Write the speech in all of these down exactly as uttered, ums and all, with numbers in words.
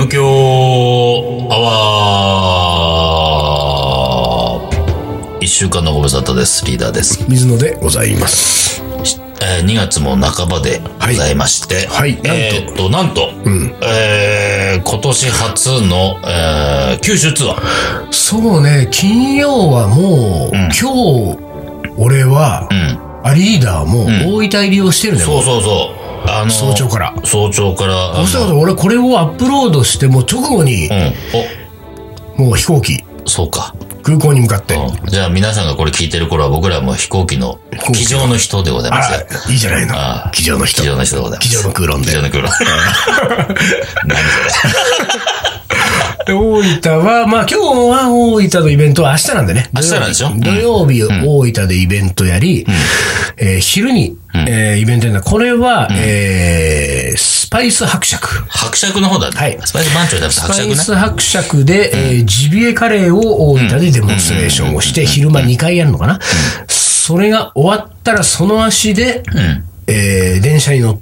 M 強アワー。一週間のご無沙汰です。リーダーです。 水野でございます。 えー、にがつも半ばでございまして、 はい。はい、 えー、っと、なんと、うん、えー、今年初の、えー、九州ツアー。 そうね、金曜はもう、うん、今日、俺は、うん、あ、リーダーも大分入りをしてるね、うん、 そうそうそう。あの早朝から。 早朝から。 そうしたら俺これをアップロードしても直後に、うん、おもう飛行機。 そうか。 空港に向かって、 うん、じゃあ皆さんがこれ聞いてる頃は僕らはもう飛行機の机上の人でございますよ。 いいじゃないの。机上の人。 机上の人でございます。 机上の空論で。 机上の空論。何それ。大分は、まあ今日は大分のイベントは明日なんでね。 明日なんでしょ。 土曜日、うん、大分でイベントやり、うんえー、昼に、うんえー、イベントやるこれは、うんえー、スパイス伯爵。 伯爵の方だね。 はい。 スパイス番長じゃなくて伯爵ね。 スパイス伯爵で、うんえー、ジビエカレーを大分でデモンストレーションをして、昼間にかいやるのかな、うん、それが終わったらその足で、うんえー、電車に乗って、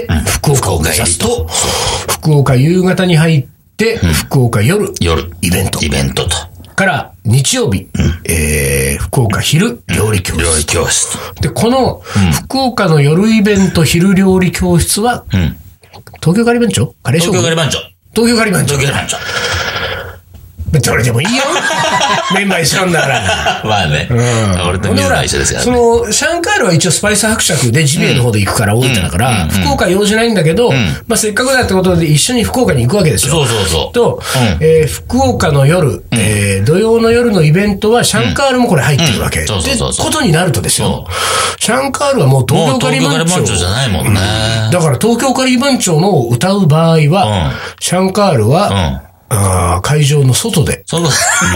福岡を目指すと、福岡夕方に入って、で、うん、福岡夜、 夜、 イベント。 イベントと。 から、日曜日、うんえー、福岡昼、料理教室。 料理教室。 で、この、うん、福岡の夜イベント、昼料理教室は、うん、東京カリバン長カレーショー東京カリバン長東京カリバン長東京カリバン長どれでもいいよメンバー一緒なんだからまあね、うん、俺とミューが一緒ですからね。 そのシャンカールは一応スパイス伯爵でジビエの方で行くから大分だから、うん、福岡用事ないんだけど、うんまあ、せっかくだってことで一緒に福岡に行くわけですよ。 そうそうそうと、うんえー、福岡の夜、うんえー、土曜の夜のイベントはシャンカールもこれ入ってるわけ、うん、そうそうそうそうってことになるとですよ、シャンカールはもう東京カリバン長じゃないもんね、 うん、だから東京カリバン長の歌う場合は、うん、シャンカールは、うんあ会場の外で。 外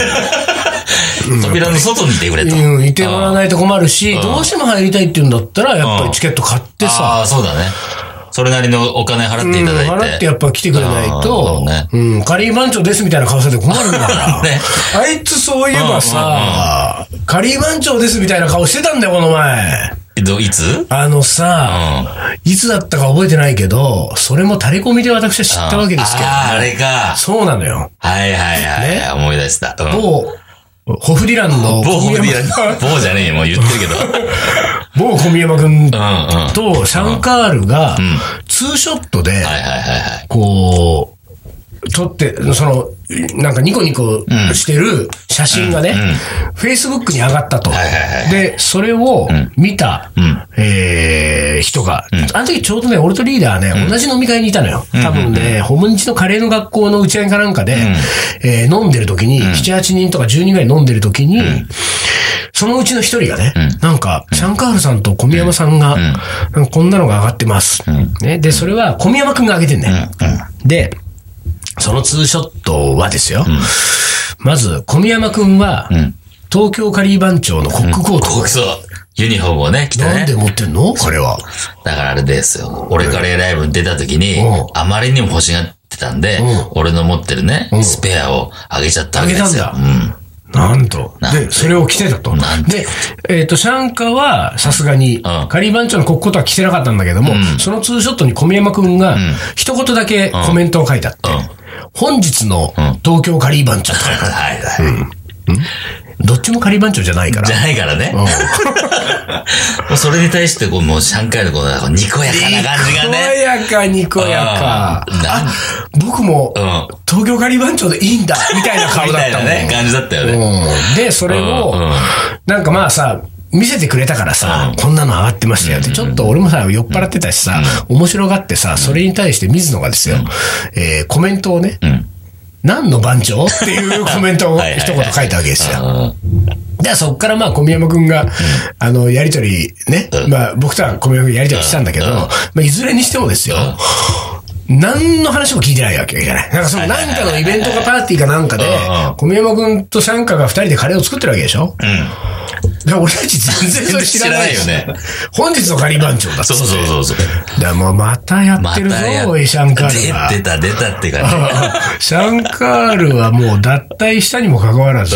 扉の外にいてくれと。 うん、いてもらわないと困るし、どうしても入りたいって言うんだったら、やっぱりチケット買ってさ。 ああ、そうだね。それなりのお金払っていただいて。 うん、払ってやっぱ来てくれないと、ね、うん、カリー番長ですみたいな顔されて困るんだから。ね、あいつそういえばさ、うんうんうん、カリー番長ですみたいな顔してたんだよ、この前。 ど、いつあのさ、うん、いつだったか覚えてないけど、それもタレコミで私は知ったわけですけど、ね。 ああ、あれか。 そうなのよ。 はいはいはい。ね、思い出した。 うん、某、ホフディランの。 某ホフディラン。某じゃねえよ、もう言ってるけど。 某小宮山くんとシャンカールが、ツーショットで、こう、撮って、その、なんかニコニコしてる写真がね、フェイスブックに上がったと。で、それを見た、うんえー、人が、うん、あの時ちょうどね、俺とリーダーね、うん、同じ飲み会にいたのよ。多分ね、ホムニチのカレーの学校の打ち上げかなんかで、うんえー、飲んでる時に、うん、なな、はちにんとかじゅうにんぐらい飲んでる時に、うん、そのうちの一人がね、うん、なんか、シャンカールさんと小宮山さんが、うん、なんかこんなのが上がってます。うんね、で、それは小宮山くんが上げてんね、うんうん。で、そのツーショットはですよ。うん、まず、小宮山くんは、うん、東京カリー番長のコックコートを、うん、 そう。ユニフォームをね、着てね。 なんで持ってんの彼は。 だからあれですよ。俺カレーライブに出た時に、あまりにも欲しがってたんで、俺の持ってるね、スペアをあげちゃったわけですよ。 あげたんだ。うん。なんと。で、それを着てたと。で、えっと、シャンカはさすがに、カリー番長のコックコートは着てなかったんだけども、そのツーショットに小宮山くんが、一言だけコメントを書いてあって、本日の東京カリー番長とか。はいはい。どっちもカリー番長じゃないから。 じゃないからね。うん、それに対して、こう、もう、シャンカールのこの、にこやかな感じがね。 にこやか、にこやか。あ、僕も、東京カリー番長でいいんだ、みたいな顔だったもん。みたいなね、 感じだったよね。 うん、で、それを、なんかまあさ、見せてくれたからさ、うん、こんなの上がってましたよって、ちょっと俺もさ、酔っ払ってたしさ、うん、面白がってさ、それに対して水野がですよ、うん、えー、コメントをね、うん何の番長っていうコメントを一言書いたわけですよ。で、そっからまあ小宮山くんが、うん、あの、やりとりね、うん、まあ僕とは小宮山くんやりとりしたんだけど、うんまあ、いずれにしてもですよ、うん、何の話も聞いてないわけじゃない。なんかその何かのイベントかパーティーかなんかで、小宮山くんとシャンカが二人でカレーを作ってるわけでしょうんで俺たち全然それ知らないよね。本日のカリー番長だって。 そうそうそうそう。 だもうまたやってるぞ、おい、シャンカールは。 出た出たって感じ。シャンカールはもう脱退したにもかかわらず、うん、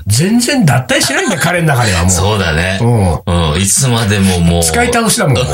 全然脱退しないんだよ、彼の中ではもう。 そうだね。うん。うん。いつまでももう。 使い倒しだもん。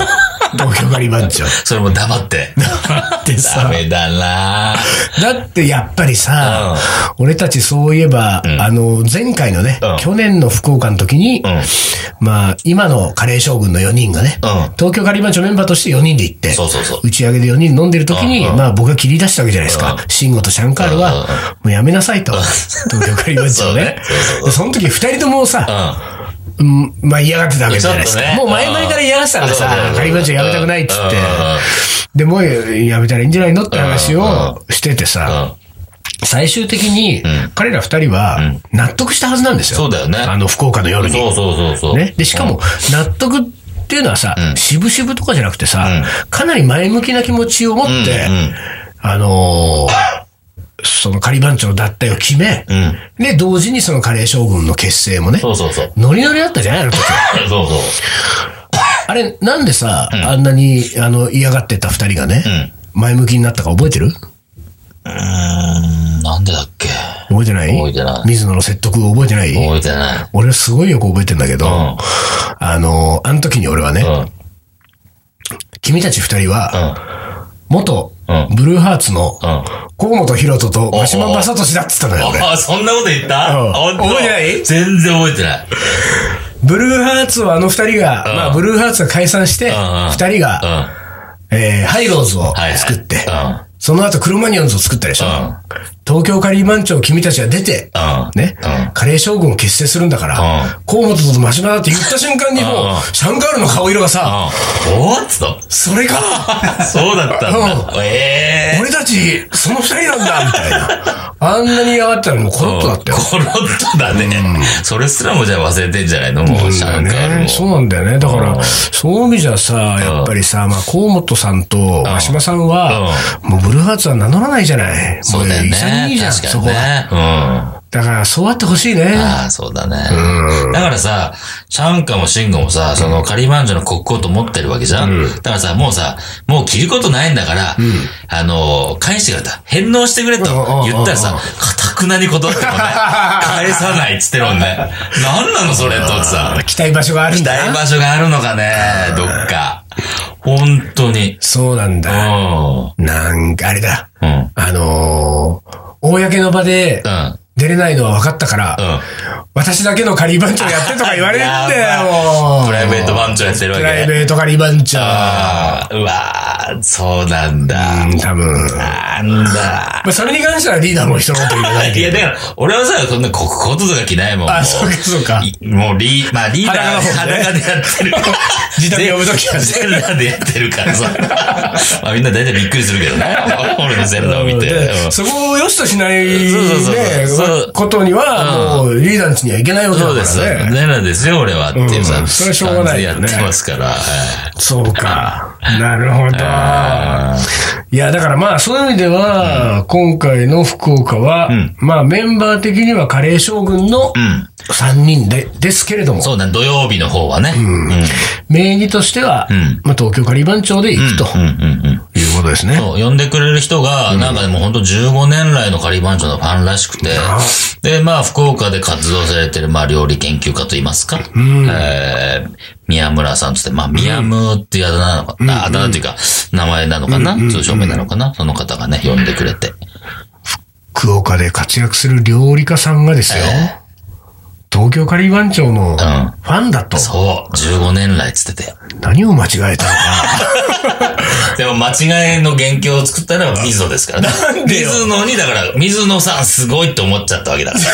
東京カリー番長。 それも黙って。 黙ってさ。 ダメだなだってやっぱりさ、うん、俺たちそういえば、うん、あの、前回のね、うん、去年の福岡の時に、うん、まあ、今のカレー将軍のよにんがね、うん、東京カリー番長メンバーとしてよにんで行って、そうそうそう、打ち上げでよにん飲んでる時に、うん、まあ僕が切り出したわけじゃないですか。慎吾とシャンカールは、もうやめなさいと。東京カリー番長ね。そ, その時二人ともさ、うん、まあ嫌がってたわけじゃないですか。ね、もう前々から嫌がってたからさ、カリー番長やめたくないっつって。で、もうやめたらいいんじゃないのって話をしててさ、最終的に彼ら二人は納得したはずなんですよ。 そうだよね。 あの福岡の夜に。 そうそうそうそう。 ね。で、しかも納得っていうのはさ、渋々とかじゃなくてさ、かなり前向きな気持ちを持って、あのー、そのカリー番長脱退を決め、うん、で、同時にそのカレー将軍の結成もね、そうそうそう。ノリノリだったじゃないの時は。そうそう。あれ、なんでさ、うん、あんなに、あの、嫌がってた二人がね、うん、前向きになったか覚えてる？うーん、なんでだっけ？ 覚えてない？ 覚えてない。 水野の説得覚えてない？ 覚えてない。 俺はすごいよく覚えてんだけど、うん、あの、あの時に俺はね、うん、君たち二人は、うん、元、うん、ブルーハーツの、うん、河本大翔と真島正俊だっつったのよ、俺。 ああ、そんなこと言った？ うん、覚えてない？ 全然覚えてない。 ブルーハーツはあの二人が、うん、まあ、ブルーハーツが解散して、二人が、うん、えー、ハイローズを作って、はいはい、うん、その後クロマニオンズを作ったでしょ。うん、東京カリー番長君たちが出て、うん、ね、うん、カレー将軍を結成するんだから、うん、河本と真島だって言った瞬間にもう、うん、シャンカールの顔色がさ、 うん、おーっつと。 それかそうだったんだ。うん、えー、俺たち、その二人なんだ、みたいな。あんなに嫌がったらもうコロッとだったよ。 コロッとだね、うん。それすらもじゃあ忘れてんじゃないのもう、シャンカールも。 そうなんだよね。だから、そういう意味じゃさ、やっぱりさ、まあ、河本さんと真島さんは、もうブルーハーツは名乗らないじゃない。 そうだよね。 潔いじゃん、 確かにね、 そこは。うん。だから、そうあってほしいね。 ああ、そうだね。うん。だからさ、シャンカもシンゴもさ、そのカリー番長の国交と持ってるわけじゃん。うん、だからさ、もうさ、もう切ることないんだから、うん、あの、返してくれた。返納してくれと言ったらさ、かたくなに断ってもね、返さないっつってるもんね。なんなのそれとさ。 期待場所があるんだな。 期待場所があるのかね、どっか。本当に。 そうなんだ。なんか、あれだ。うん、あのー、公の場で、うん出れないのは分かったから、うん、私だけのカリー番長やってとか言われるんだよ、もう。 プライベート番長やってるわけ。 プライベートカリー番長。 うわー、そうなんだ。 うん、多分。 なんだ。 まあ、それに関してはリーダーも人のこと言わないけど。 いや、だから、俺はさ、そんな国交とか着ないもん。 あ、そうか、そうか。 もうリー、まあリーダー、裸でやってる。 自宅呼ぶときは全裸でやってるからさ。まあみんな大体びっくりするけどね。俺の全裸を見て。 そこを良しとしないね。ことには、もう、リーダーの家には行けないわけだからね。そうです。 ねらですよ、俺はっていうさ。 それはしょうがないよね。 やってますから。 そうか。なるほど。いや、だからまあ、そういう意味では、今回の福岡は、まあ、メンバー的にはカレー将軍のさんにんで、ですけれども。 そうだ、土曜日の方はね。 名義としては、まあ、東京カリー番長で行くと。いうことですね。 そう、呼んでくれる人が、なんかでも本当じゅうごねん来のカリー番長のファンらしくて、で、まあ、福岡で活動されてる、まあ、料理研究家といいますか、うん、えー、宮村さんつって、まあ、宮ムっていうあだ名なのかな、あだ名っていうか、名前なのかな、うん、通称名なのかな、その方がね、呼んでくれて。 福岡で活躍する料理家さんがですよ、えー東京カリー番長のファンだと。 うん、そう。じゅうごねん来つってて。 何を間違えたのか。 でも間違いの元凶を作ったのは水野ですからね。なんでよ水野に、だから、水野さんすごいって思っちゃったわけだから。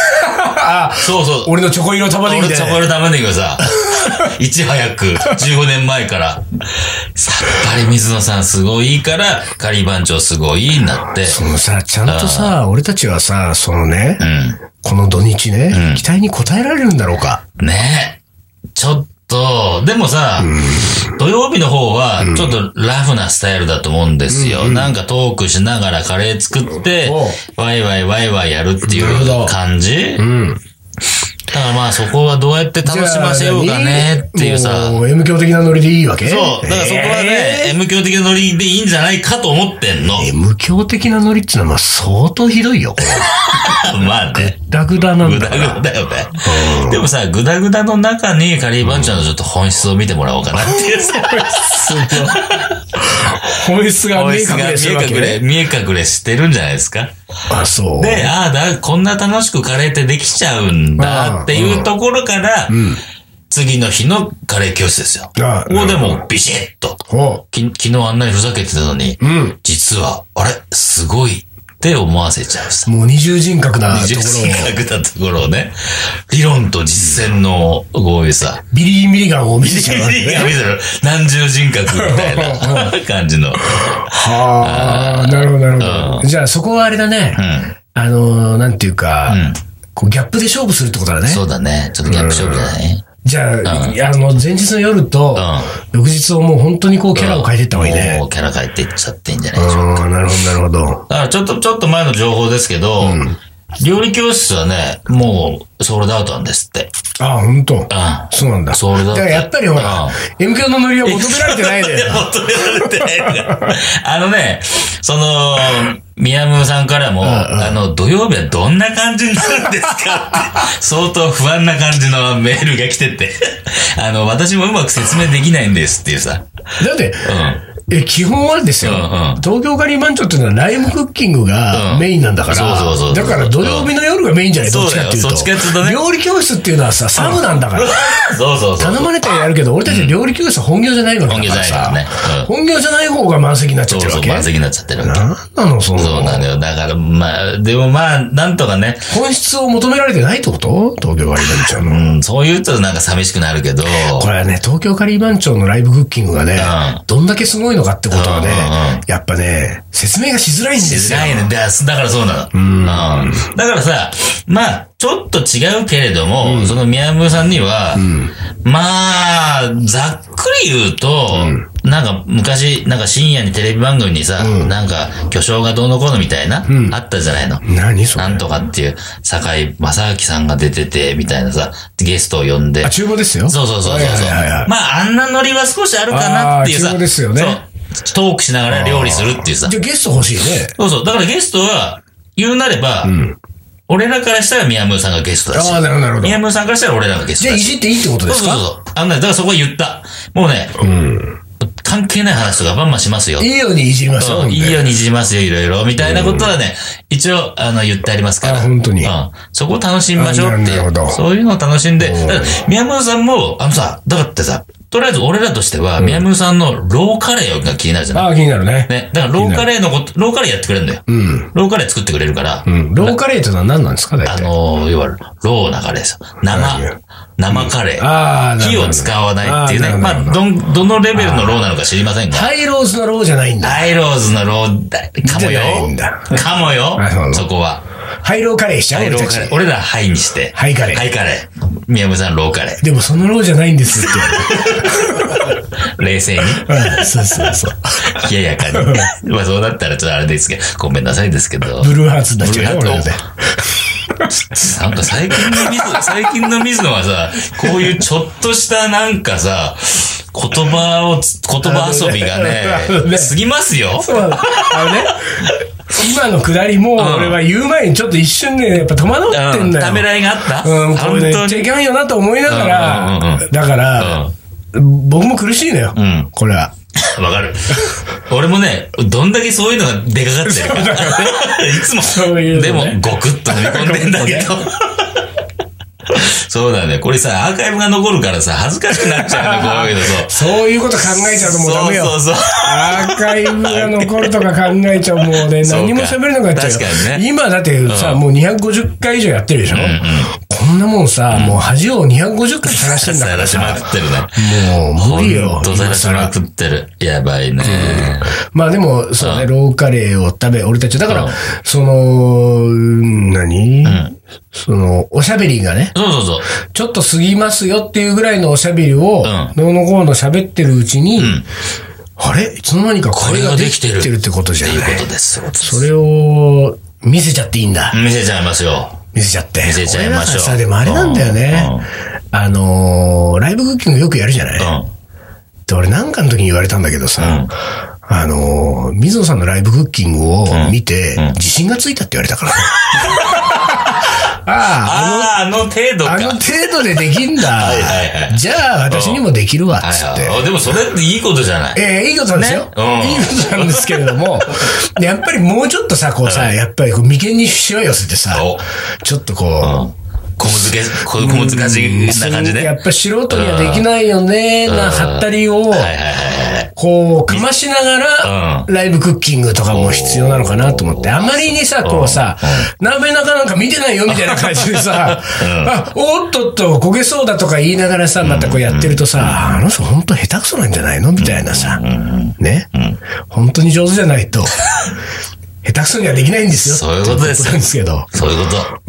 あそうそう。俺のチョコ色玉ねぎで。俺チョコ色玉ねぎをさ、いち早くじゅうごねんまえから、さっぱり水野さんすごいから、カリー番長すごいになって。 そのさ、ちゃんとさ、俺たちはさ、そのね、うん、この土日ね、うん、期待に応えられるんだろうか。 ねえ。ちょっと、でもさ、うん、土曜日の方は、ちょっとラフなスタイルだと思うんですよ。うん、なんかトークしながらカレー作って、ワイワイワイワイやるっていう感じ。うん。だからまあそこはどうやって楽しませようかねっていうさ。 もう M 教的なノリでいいわけ？ そう。だからそこはね、えー、M 教的なノリでいいんじゃないかと思ってんの。 M 教的なノリってのはまあ相当ひどいよ、これ。 まあね。 ぐだぐだなんだから。 ぐだぐだだよね。うん、でもさ、グダグダの中にカリー番長のちょっと本質を見てもらおうかなっていうさ。 本質が見え隠れしてるわけね。 見え隠れしてるんじゃないですか。 あ、そう。 で、ああ、だ、こんな楽しくカレーってできちゃうんだっていうところから、うん、次の日のカレー教室ですよ。ああ、もうでもビシッと。き昨日あんなにふざけてたのに、うん、実は、あれすごい。って思わせちゃうさ。 もう二重人格なところを。二重人格なところをね。理論と実践の、こういうさ。 ビリー・ミリガンを見せちゃう、ね。 ビリー・ミリガン見せる。何重人格みたいな感じの。 はあ、なるほど、なるほど。じゃあそこはあれだね。うん、あの、なんていうか、うん、こうギャップで勝負するってことだね。 そうだね。ちょっとギャップ勝負じゃない、うんじゃあ、うん、あの、前日の夜と、うん、翌日をもう本当にこうキャラを変えていった方がいいね。 もうキャラ変えていっちゃっていいんじゃないでしょうか。 なるほど、なるほど。だからちょっと、ちょっと前の情報ですけど、うん、料理教室はね、もうソールドアウトなんですって。 ああ、本当。うん。そうなんだ。 ソールドアウト。 だからやっぱりほら、M 響のノリは求められてないで。 求められてない。あのね、その、宮ムさんからも、あの、土曜日はどんな感じになるんですかって、相当不安な感じのメールが来てて、あの、私もうまく説明できないんですっていうさ。 だって、うんえ、基本はですよ、うんうん、東京カリー番長っていうのはライブクッキングがメインなんだから、うん、そうそうそうだから土曜日の夜がメインじゃない、どっちかっていうと。そっちかっていうとね。料理教室っていうのはさ、サブなんだから。 そうそうそう。 頼まれたらやるけど、俺たち料理教室は本業じゃないわけだからさ、ねうん、本業じゃない方が満席になっちゃってるわけ。 そうそう、満席になっちゃってるわけ。 なんなの、そんなの。 そうなのよ。だから、まあ、でもまあ、なんとかね。 本質を求められてないってこと？東京カリー番長の。 うん、そう言うとなんか寂しくなるけど。 これはね、東京カリー番長のライブクッキングがね、うん、どんだけすごいのかってことはね、うんうん、やっぱね、説明がしづらいんですよ。 しづらいね。だからそうなの。うん。うん。だからさ、まあ、ちょっと違うけれども、うん、その宮村さんには、うん、まあ、ざっくり言うと、うん、なんか昔、なんか深夜にテレビ番組にさ、うん、なんか巨匠がどうのこうのみたいな、うん、あったじゃないの。 何それ？ なんとかっていう、堺正明さんが出てて、みたいなさ、ゲストを呼んで。 あ、厨房ですよ。 そうそうそうそう。はいはいはい、まあ、あんなノリは少しあるかなっていうさ。 厨房ですよね。そう。 トークしながら料理するっていうさ。 じゃあゲスト欲しいね。 そうそう。だからゲストは、言うなれば、うん、俺らからしたら宮村さんがゲストだし。 ああ、なるほど、なるほど。 宮村さんからしたら俺らがゲストだし。 じゃあいじっていいってことですか？ そうそうそう。あのね、だからそこは言った。もうね、うん、関係ない話とかバンバンしますよ。 いいようにいじりますよ。 いいようにいじりますよ、いろいろ。みたいなことはね、うん、一応、あの、言ってありますから。 あ、本当に。 うん。そこを楽しみましょうっていう。なるほど。そういうのを楽しんで。だから宮村さんも、あのさ、だからってさ、とりあえず俺らとしては、宮村さんのローカレーが気になるじゃない？ ああ、気になるね。 ね。だからローカレーのこと、ローカレーやってくれるんだよ。うん。ローカレー作ってくれるから。 うん。ローカレーってのは何なんですかね？ あの、要は、ローなカレーですよ。生、生カレー。ああ、火を使わないっていうね。まあ、ど、どのレベルのローなのか知りませんが。 ハイローズのローじゃないんだ。 ハイローズのローだ、かもよ。かもよ。そこは。 ハイローカレーしちゃう？ ハイローカレー。俺らハイにして。 ハイカレー。 ハイカレー。宮村さんローカレー。 でもそのローじゃないんですって。 冷静に。 そうそうそう。 冷ややかに。まあそうだったらちょっとあれですけど、ごめんなさいですけど。 ブルーハーツになっちゃうよ、俺で。 なんか最近の水野、最近の水野はさ、こういうちょっとしたなんかさ、言葉を、言葉遊びがね、ね過ぎますよ。そうなの。あのね。 今のくだりも、俺は言う前にちょっと一瞬ね、やっぱ戸惑ってんだよ。 ためらいがあった？ うん、これね、言っちゃいけないよなと思いながら、だから、僕も苦しいのよ、これは。 わかる。俺もね、どんだけそういうのが出かかってるか。いつも、そういうでも、ごくっと飲み込んでんだけど。そうだね。これさ、アーカイブが残るからさ、恥ずかしくなっちゃうね、こういうのそう。 そういうこと考えちゃうともうダメよ。そうそうそう。アーカイブが残るとか考えちゃうもうね、何も喋れなくなっちゃうよ。確かにね。今だってさ、うん、もうにひゃくごじゅっかい以上やってるでしょ、うんうん、こんなもんさ、うん、もう恥をにひゃくごじゅっかい晒してんだからさ。 晒しまくってるね。 もう、無理よ。 ほんと晒しまくってる。やばいね。 うん、まあでも、そうね、うん、ローカレーを食べ、俺たち、だから、うん、その、何、うんその、おしゃべりがね。 そうそうそう。 ちょっと過ぎますよっていうぐらいのおしゃべりを、どうのこうの喋ってるうちに、うん、あれいつの間にかこれができてるってことじゃない。 っていうことです。 それを見せちゃっていいんだ。 見せちゃいますよ。 見せちゃって。 見せちゃいましょう。 さ、でもあれなんだよね。うんうん、あのー、ライブクッキングよくやるじゃない、うん、で、俺なんかの時に言われたんだけどさ、うんあのー、水野さんのライブクッキングを見て、うんうん、自信がついたって言われたからね。 ああ、 あの程度か。 あの程度でできんだ。はいはいはい。じゃあ、私にもできるわ、つって。 でもそれっていいことじゃない。 ええ、いいことなんですよ。いいことなんですけれども、やっぱりもうちょっとさ、こうさ、やっぱり眉間にしわ寄せてさ、ちょっとこう、 小難しい、小難しいな感じで。 やっぱ素人にはできないよね、な、はったりを、こう、かましながら、ライブクッキングとかも必要なのかなと思って、あまりにさ、こうさ、鍋中なんか見てないよみたいな感じでさ、あ、おっとっと焦げそうだとか言いながらさ、またこうやってるとさ、あの人本当下手くそなんじゃないのみたいなさ、ね。本当に上手じゃないと。下手くそにはできないんですよ。 そういうことですよ。 なんですけど。 そういうこと。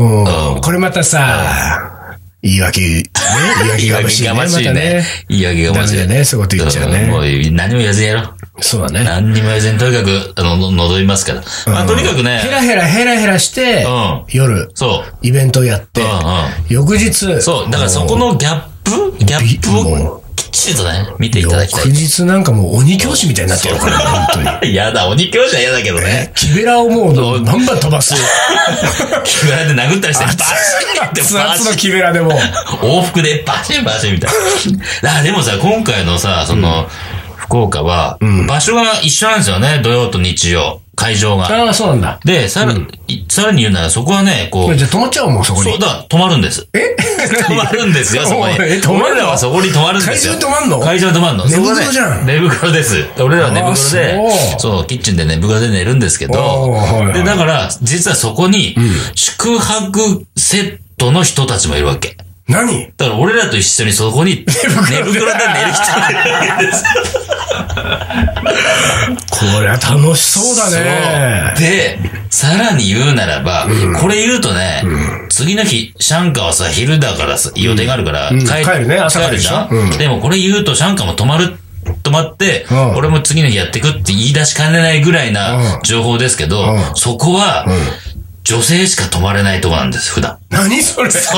うん。これまたさ、言い訳、ね。言い訳がましいね。またね。 言い訳がましい。 ダメだね。そういうこと言っちゃうね。 もう何も言わずにやろう。 そうだね。 何にも言わずに、とにかく、あの、覗みますから。まあ、とにかくね。 ヘラヘラヘラヘラして、夜、そう。イベントをやって、翌日。 そう。だからそこのギャップギャップを、きっちりとね、見ていただきたい。 翌日なんかもう鬼教師みたいになってるからね、本当に。 やだ、鬼教師は嫌だけどね。 木べらをもう、バンバン飛ばす。 木べらで殴ったりして、バシッって熱々の木べらでも。 往復でバシンバシンみたいな。でもさ、今回のさ、その、福岡は、場所が一緒なんですよね、土曜と日曜。会場が。 ああ、そうなんだ。 で、さら、うん、さらに言うなら、そこはね、こう。 じゃあ止まっちゃうもん、そこに。 そうだ、止まるんです。 え止まるんですよ、そこに。 え、止まるのはそこに止まるんですよ。 会場に止まんの会場に止まんの。 寝袋じゃん。 寝袋です。俺らは寝袋で、そう、キッチンで寝袋で寝るんですけど、で、だから、実はそこに、宿泊セットの人たちもいるわけ。 何だから俺らと一緒にそこに寝袋で寝る人がいるわけです。 これは楽しそうだね。 で、さらに言うならば、うん、これ言うとね、うん、次の日、シャンカはさ、昼だからさ、予定があるから、 うん、帰る。帰るね、朝帰るじゃん、うん、でもこれ言うと、シャンカも泊まる、泊まって、うん、俺も次の日やってくって言い出しかねないぐらいな情報ですけど、うん、そこは、うん女性しか泊まれないとこなんです、普段。 何それそう。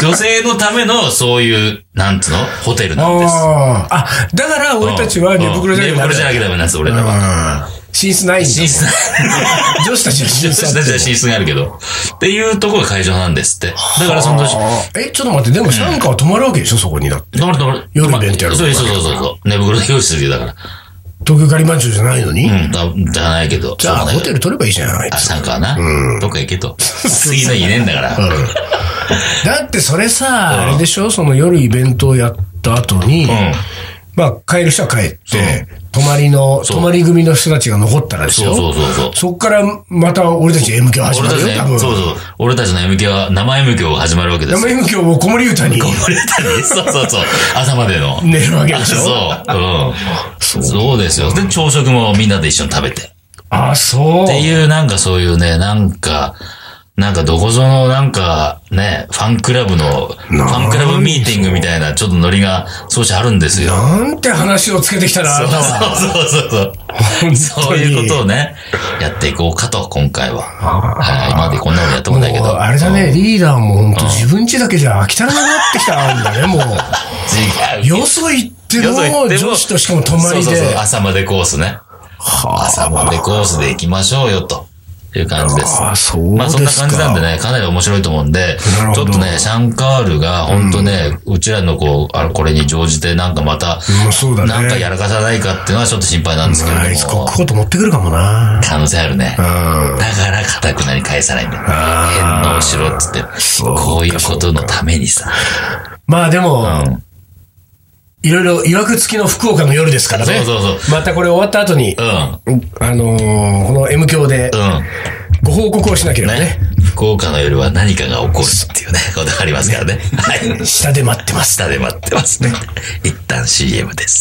女性のための、そういう、なんつうのホテルなんです。 ああ。だから、俺たちは寝袋じゃなきゃダメ。 寝袋じゃなきゃダメなんです、俺らは。 寝室ないんだ。寝室ない。女子たちは寝室女子たちは寝室があるけど。っていうところが会場なんですって。だからその、 え、ちょっと待って、でもシャンカは泊まるわけでしょ、そこにだって。 泊まる泊まる。 夜イベントやるそうそうそうそう。寝袋で用意するよ、だから。 東京カリマンチョじゃないのにうん、じゃないけど。 じゃあ、ホテル取ればいいじゃん、あいつ。 あ、参加はな。うん。どっか行けと。次の日ねえんだから。 だってそれさ、あれでしょその夜イベントをやった後に、まあ、帰る人は帰って、泊まりの、泊まり組の人たちが残ったらですよ。 そうそうそうそう。 そっからまた俺たち エム 響始まるよ、多分。 そうそう。俺たちの エム 響は、生 エム 響が始まるわけですよ。 生 エム 響を子守歌に。 子守歌に。そうそうそう。朝までの。 寝るわけでしょ。 そう。うん。そう。そうですよ。で、朝食もみんなで一緒に食べて。 あ、そう。 っていう、なんかそういうね、なんか、なんかどこぞのなんかね、ファンクラブの、ファンクラブミーティングみたいなちょっとノリが少しあるんですよ。 なんて話をつけてきたら、あなたは。そうそうそうそう。そういうことをね、やっていこうかと、今回は。はい。今までこんなのやったことないけど。 あれだね、リーダーも本当自分家だけじゃ飽き足らなくなってきたんだね、もう。違う。よそ行っても、女子としかも泊まりで。そうそうそう。 朝までコースね。朝までコースで行きましょうよと。っていう感じです。 ああ、そうですか。 まあそんな感じなんでね、かなり面白いと思うんで、ちょっとね、シャンカールが本当ね、うん、うちらのこう、あこれに乗じてなんかまた、 うんそうだね、 なんかやらかさないかっていうのはちょっと心配なんですけれども。 あいつコット持ってくるかもな。 可能性あるね。 うん、 だから堅くなに返さないんだよ。返納しろっつって。こういうことのためにさ。 まあでも、うんいろいろ曰く付きの福岡の夜ですからね。 そうそうそう。 またこれ終わった後に、うん、あのー、この M 響で、ご報告をしなければね。ね福岡の夜は何かが起こるっていうね、ことがありますからね。 はい。下で待ってます。 下で待ってますね。一旦 シーエム です。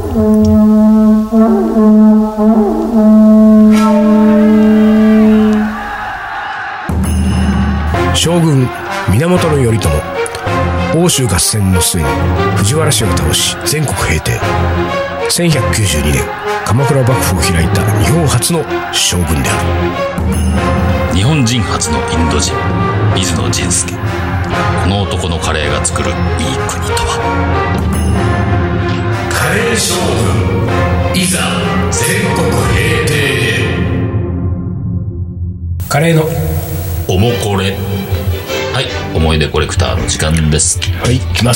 将軍、源頼朝。欧州合戦の末に藤原氏を倒し全国平定。せんひゃくきゅうじゅうにねん鎌倉幕府を開いた日本初の将軍である。日本人初のインド人水野仁介。この男のカレーが作るいい国とは。カレー将軍いざ全国平定へ。 カレーのおもこれ。はい、思い出コレクターの時間です。 はい、来ます。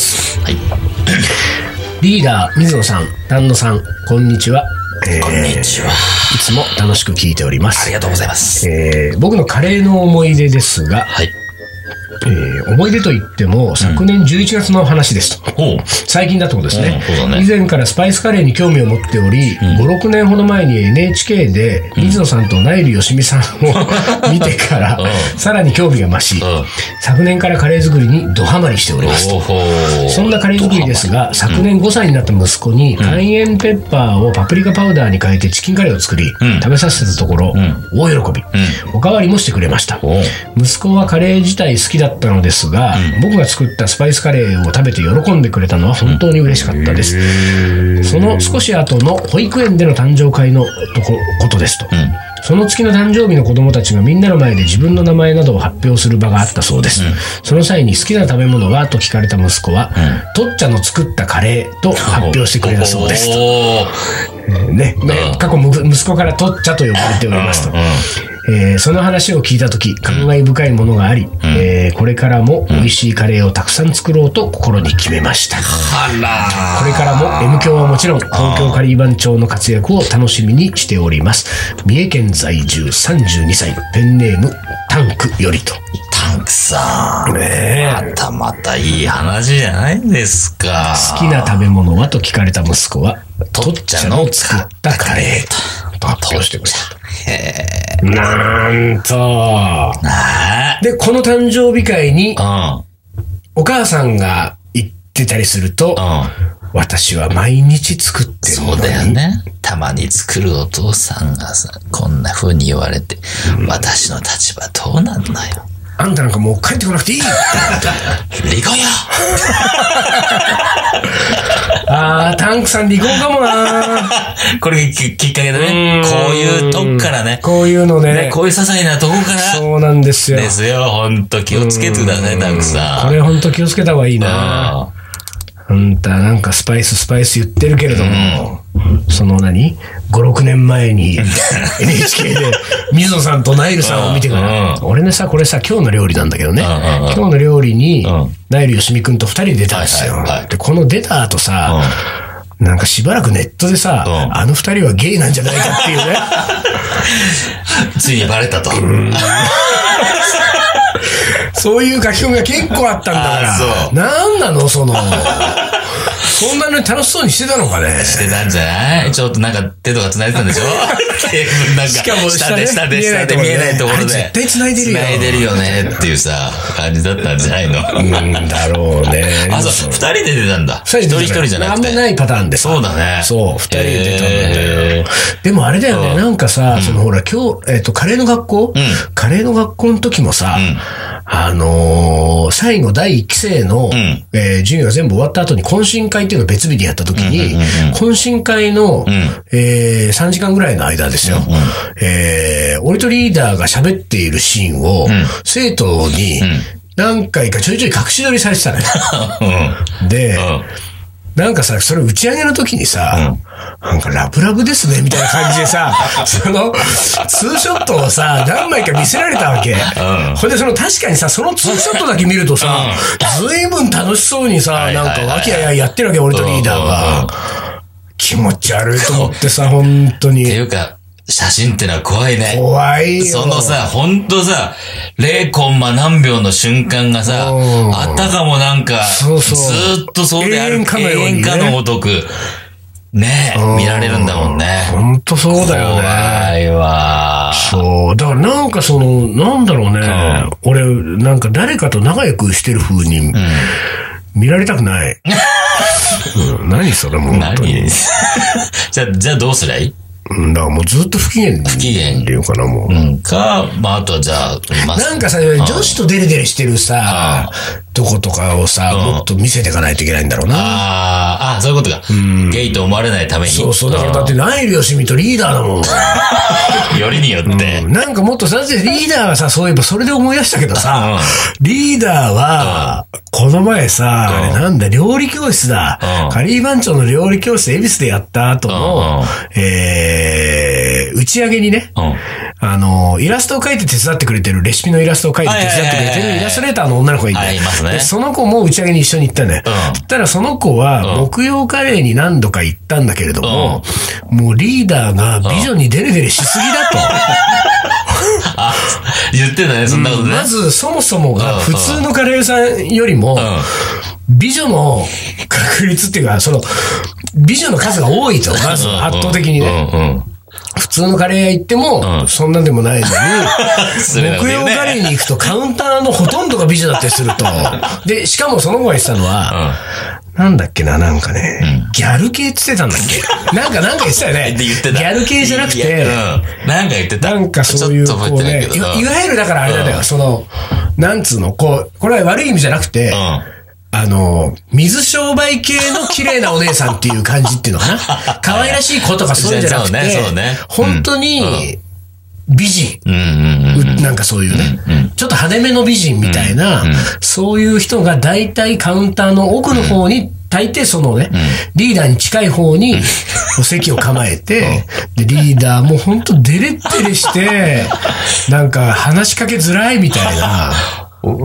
はい。 リーダー、水野さん、丹野さん、こんにちは。 えー、こんにちは。 いつも楽しく聞いております。 ありがとうございます。 えー、僕のカレーの思い出ですが、 はい。 えー、思い出といっても、昨年じゅういちがつの話ですと。うん、最近だってことですね。うん、そうだね。以前からスパイスカレーに興味を持っており、うん、ご、ろくねんほど前に エヌエイチケー で水野さんとナイルよしみさんを見てから、うん、さらに興味が増し、うん、昨年からカレー作りにドハマりしておりますと。そんなカレー作りですが、昨年ごさいになった息子に、カイエンペッパーをパプリカパウダーに変えてチキンカレーを作り、うん、食べさせたところ、うん、大喜び、うん、おかわりもしてくれました。息子はカレー自体好きだったのですが、うん、僕が作ったスパイスカレーを食べて喜んでくれたのは本当に嬉しかったです。うん、その少し後の保育園での誕生会のとこことですと。うん、その月の誕生日の子供たちがみんなの前で自分の名前などを発表する場があったそうです。うん、その際に好きな食べ物はと聞かれた息子は、うん、とっちゃの作ったカレーと発表してくれたそうですと。ね、ね、過去息子からとっちゃと呼ばれておりますと。えー、その話を聞いたとき、感慨深いものがあり、うん、えー、これからも美味しいカレーをたくさん作ろうと心に決めました。 あら、 これからも M 響はもちろん東京カリー番長の活躍を楽しみにしております。三重県在住さんじゅうにさい、ペンネームタンクよりと。 タンクさん、ね、またまたいい話じゃないですか。 好きな食べ物はと聞かれた息子は、とっちゃの作ったカレーと発表してくれた。 へー、なんと。で、この誕生日会に、うん、お母さんが行ってたりすると、うん、私は毎日作ってるのに。 そうだよね。たまに作るお父さんがさ、こんな風に言われて、うん、私の立場どうなんだよ。 あんたなんかもう帰ってこなくていい離婚よあー、タンクさん離婚かもなこれき, きっかけでね、こういうとこからね。 こういうのね。ね、 こういう些細なとこから。 そうなんですよ。 ですよ、ほんと気をつけてください、タンクさん。 これほんと気をつけた方がいいな。あんたなんかスパイススパイス言ってるけれども、うん、その何 ?ご、ろくねんまえに エヌエイチケー で水野さんとナイルさんを見てから、うん、俺ねさ、これさ、今日の料理なんだけどね、うん、今日の料理に、うん、ナイルよしみくんと二人出たんですよ。はいはいはい、で、この出た後さ、うん、なんかしばらくネットでさ、うん、あの二人はゲイなんじゃないかっていうね。 ついにバレたと。 そういう書き込みが結構あったんだから。そう。なんなのその。そんなのに楽しそうにしてたのかね。 してたんじゃないちょっとなんか手とか繋いでたんでしょテーブルなんか。しかも下で下で下で見えないところで。 絶対繋いでるよ。 繋いでるよねっていうさ、感じだったんじゃないのうんだろうね。 あ、そう。二人で出たんだ。一人一人じゃなくて。 あんまないパターンで。 そうだね。 そう。二人で出たんだよ。でもあれだよね。なんかさ、そのほら今日、えっと、カレーの学校カレーの学校の時もさ、あのー、最後だいいっき生の、うん、えー、授業が全部終わった後に懇親会っていうのを別日でやった時に、うんうんうんうん、懇親会の、うん、えー、さんじかんぐらいの間ですよ、うんうん、えー、俺とリーダーが喋っているシーンを、うん、生徒に何回かちょいちょい隠し撮りされてたのよ。うん、で、うんなんかさ、それ打ち上げの時にさ、うん、なんかラブラブですね、みたいな感じでさ、その、ツーショットをさ、何枚か見せられたわけ。うん、ほんで、その確かにさ、そのツーショットだけ見るとさ、うん、ずいぶん楽しそうにさ、なんかわきあいあいやってるわけ、俺とリーダーが。気持ち悪いと思ってさ、本当に。 っていうか、写真ってのは怖いね。 怖いよ。 そのさ、ほんとさ、ゼロコンマ何秒の瞬間がさ、あたかもなんか、そうそうずっとそうである、永遠かのように、ね、永遠かのごとく、ねえ、見られるんだもんね。 ほんとそうだよね。 怖いわ。 そう。だからなんかその、なんだろうね。うん、俺、なんか誰かと仲良くしてる風に、うん、見られたくない。うん、何それもう。 何じゃあ、じゃあどうすりゃいいうん、だからもうずっと不機嫌不機嫌っていうかな、もう。 うん、か、まあ、あとはじゃあ、 なんかさ、女子とデレデレしてるさ、とことかをさ、もっと見せていかないといけないんだろうな。 ああ、そういうことか。ゲイと思われないために。 そうそう、だからだってナイルよしみとリーダーだもん。よりによって。 なんかもっとさ、リーダーはさ、そういえばそれで思い出したけどさ、リーダーは、この前さ、あれなんだ、料理教室だ。カリー番長の料理教室、恵比寿でやった後の、えー、打ち上げにね、 あの、イラストを描いて手伝ってくれてる、レシピのイラストを描いて手伝ってくれてるイラストレーターの女の子がいて、 いますね。 で、その子も打ち上げに一緒に行ったね。うん。そしたらその子は、木曜カレーに何度か行ったんだけれども、うん、もうリーダーが美女にデレデレしすぎだと。 あ、言ってたね、そんなことね。 まず、そもそもが普通のカレー屋さんよりも、美女の確率っていうか、その、美女の数が多いと、まず圧倒的にね。普通のカレー屋行っても、そんなんでもないのに、木曜カレーに行くとカウンターのほとんどが美女だったりすると。で、しかもその子が言ってたのは、なんだっけな、なんかね、ギャル系って言ってたんだっけなんか、なんか言ってたよね。ギャル系じゃなくて、 なんか言ってた。 なんかそういう、こうね、いわゆるだからあれだよ、その、なんつうの、こう、これは悪い意味じゃなくて、あの、水商売系の綺麗なお姉さんっていう感じっていうのかな。可愛らしい子とかそういうんじゃなくて、本当に美人。なんかそういうね、ちょっと派手めの美人みたいな、そういう人が大体カウンターの奥の方に、大抵そのね、リーダーに近い方に席を構えて、で、リーダーも本当デレッデレして、なんか話しかけづらいみたいな。 うん。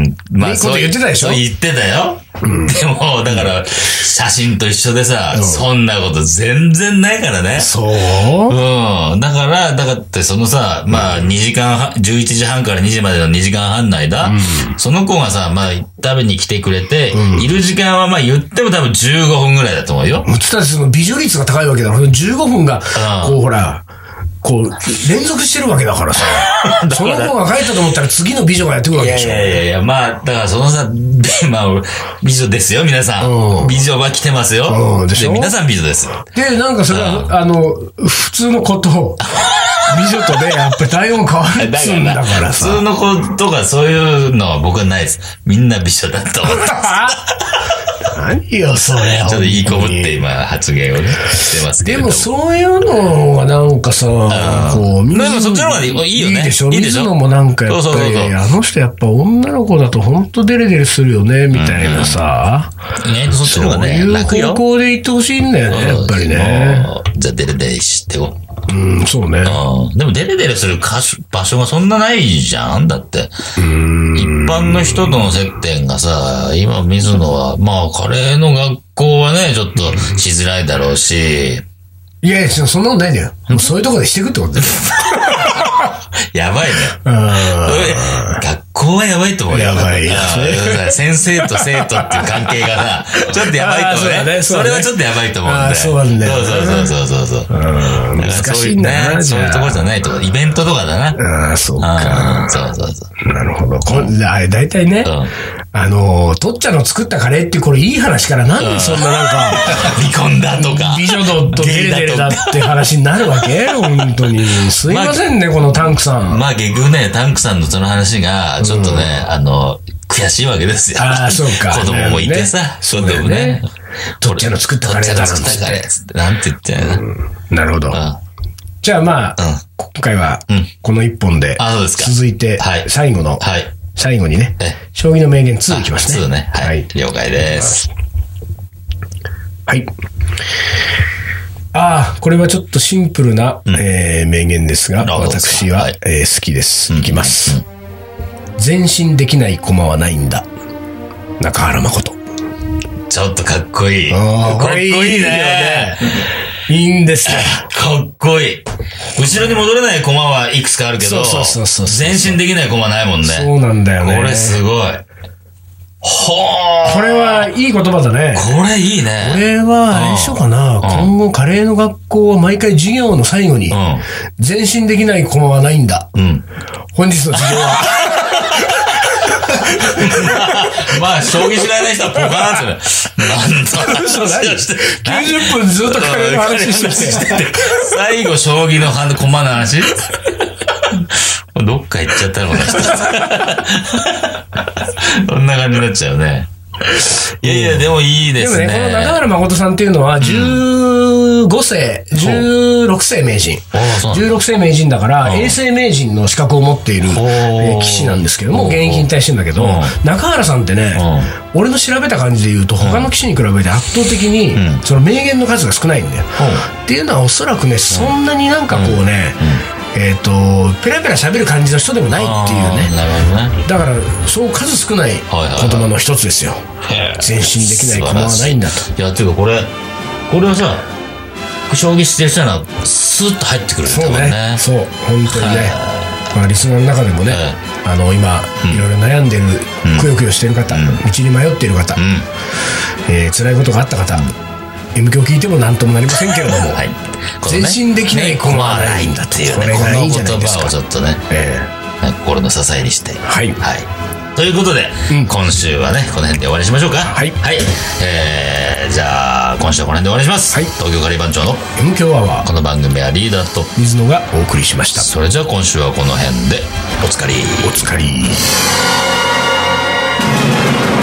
まあ、そう言ってたでしょ？ そう言ってたよ。うん、でも、だから、写真と一緒でさ、うん、そんなこと全然ないからね。 そう？ うん。だから、だからってそのさ、まあ、にじかんはん、じゅういちじはんからにじまでのにじかんはんの間、うん、その子がさ、まあ、食べに来てくれて、うん、いる時間はまあ言っても多分じゅうごふんぐらいだと思うよ。 つったらその美女率が高いわけだから、じゅうごふんが、こう、ほら、こう、連続してるわけだからさ。その子が帰ったと思ったら次の美女がやってくるわけでしょ。 いやいやいや、まあ、だからそのさ、まあ、美女ですよ、皆さん。うん、美女は来てますよ。うん、でしょ？で、皆さん美女です。 で、なんかそれは、うん、あの、普通の子と、美女とで、やっぱり対応変わるっつうんだからさ。 普通の子とかそういうのは僕はないです。みんな美女だと思ってます。 何よ、それ。 ちょっといい子ぶって今発言をね、してますけど。 でもそういうのがなんかさ、こう、 みんな。でもそっちの方がいいよね。 いいでしょ。いいでしょ。水野もなんかやっぱり、あの人やっぱ女の子だとほんとデレデレするよね、みたいなさ。 意外とそっちの方がね、 楽よ。そういう方向で行ってほしいんだよね、やっぱりね。 じゃあデレデレしてこう。 うん、そうね。 でもデレデレする場所がそんなないじゃんだって。一般の人との接点がさ、今水野は、まあカレーの学校はね、ちょっとしづらいだろうし。 いやいや、そんなことないんだよ。もうそういうとこでしていくってことだよ。 やばいね。学校はやばいと思うよ。 やばいよ。 先生と生徒っていう関係がさ、ちょっとやばいと思うね。それはちょっとやばいと思うんだよ。 そうなんだよ。 そうそうそうそうそう。 難しいんだな。 そういうところじゃないとこ。イベントとかだな。 ああ、そうか。 そうそうそう。 なるほど。あれ、大体ね、あの、とっちゃんの作ったカレーってこれいい話からなんでそんななんか、 離婚だとか、 美女とデレデレだって話になるわけ本当に。すいませんね、このタンクさん。 まあ結局ね、タンクさんのその話が、ちょっとね、あの、悔しいわけですよ。 ああ、そうか。 子供もいてさ、そうだよね。 とっちゃんの作ったカレーだなんつって。 とっちゃんの作ったカレーつって、なんて言ってんやな。なるほど。じゃあまあ、今回は、この一本で、続いて、最後の、最後にね、将棋の名言ツーいきますね。 ツーね。はい。了解です。 はい。ああ、これはちょっとシンプルな、えー、名言ですが、私は、えー、好きです。いきます。前進できない駒はないんだ。中原誠。 ちょっとかっこいい。 かっこいいね。いいんですよ。 かっこいい。後ろに戻れない駒はいくつかあるけど、前進できない駒ないもんね。 そうなんだよね。 これすごい。はあ。これはいい言葉だね。 これいいね。 これは、あれでしょうかな。今後、カレーの学校は毎回授業の最後に、前進できない駒はないんだ。うん、本日の授業は。 まあ、将棋知らない人はポカーンですよね。なんと話して。 きゅうじゅっぷんずっとカレーの話してて。 最後、将棋の駒の話どっか行っちゃったのかな。そんな感じになっちゃうね。いやいや、でもいいですね。 でもね、この中原誠さんっていうのは、じゅうごせい、じゅうろくせい名人。じゅうろくせい名人だから、永世名人の資格を持っている棋士なんですけども、現役引退してるんだけど、中原さんってね、俺の調べた感じで言うと、他の棋士に比べて圧倒的に、その名言の数が少ないんだよ。っていうのはおそらくね、そんなになんかこうね、 えっと、ペラペラ喋る感じの人でもないっていうね。 なるほどね。 だから、そう数少ない言葉の一つですよ。前進できない駒はないんだと。 いや、っていうかこれ、これはさ、将棋してる人なら、スーッと入ってくるんだよね。そうね。そう、本当にね。まあ、リスナーの中でもね、あの、今、いろいろ悩んでる、くよくよしてる方、道に迷っている方、えー、辛いことがあった方、M 響聞いても何ともなりませんけれども、はい、前進できない駒はないんだっていうね、これがいいんじゃないですか。 この言葉をちょっとね、えー、心の支えにして。 はい。 はい。ということで、うん、今週はね、この辺で終わりにしましょうか。 はい。 はい。えー、じゃあ、今週はこの辺で終わりにします。はい。東京カリー番長の M 響アワー。 この番組はリーダーと水野がお送りしました。 それじゃあ今週はこの辺で、おつかり。 おつかり。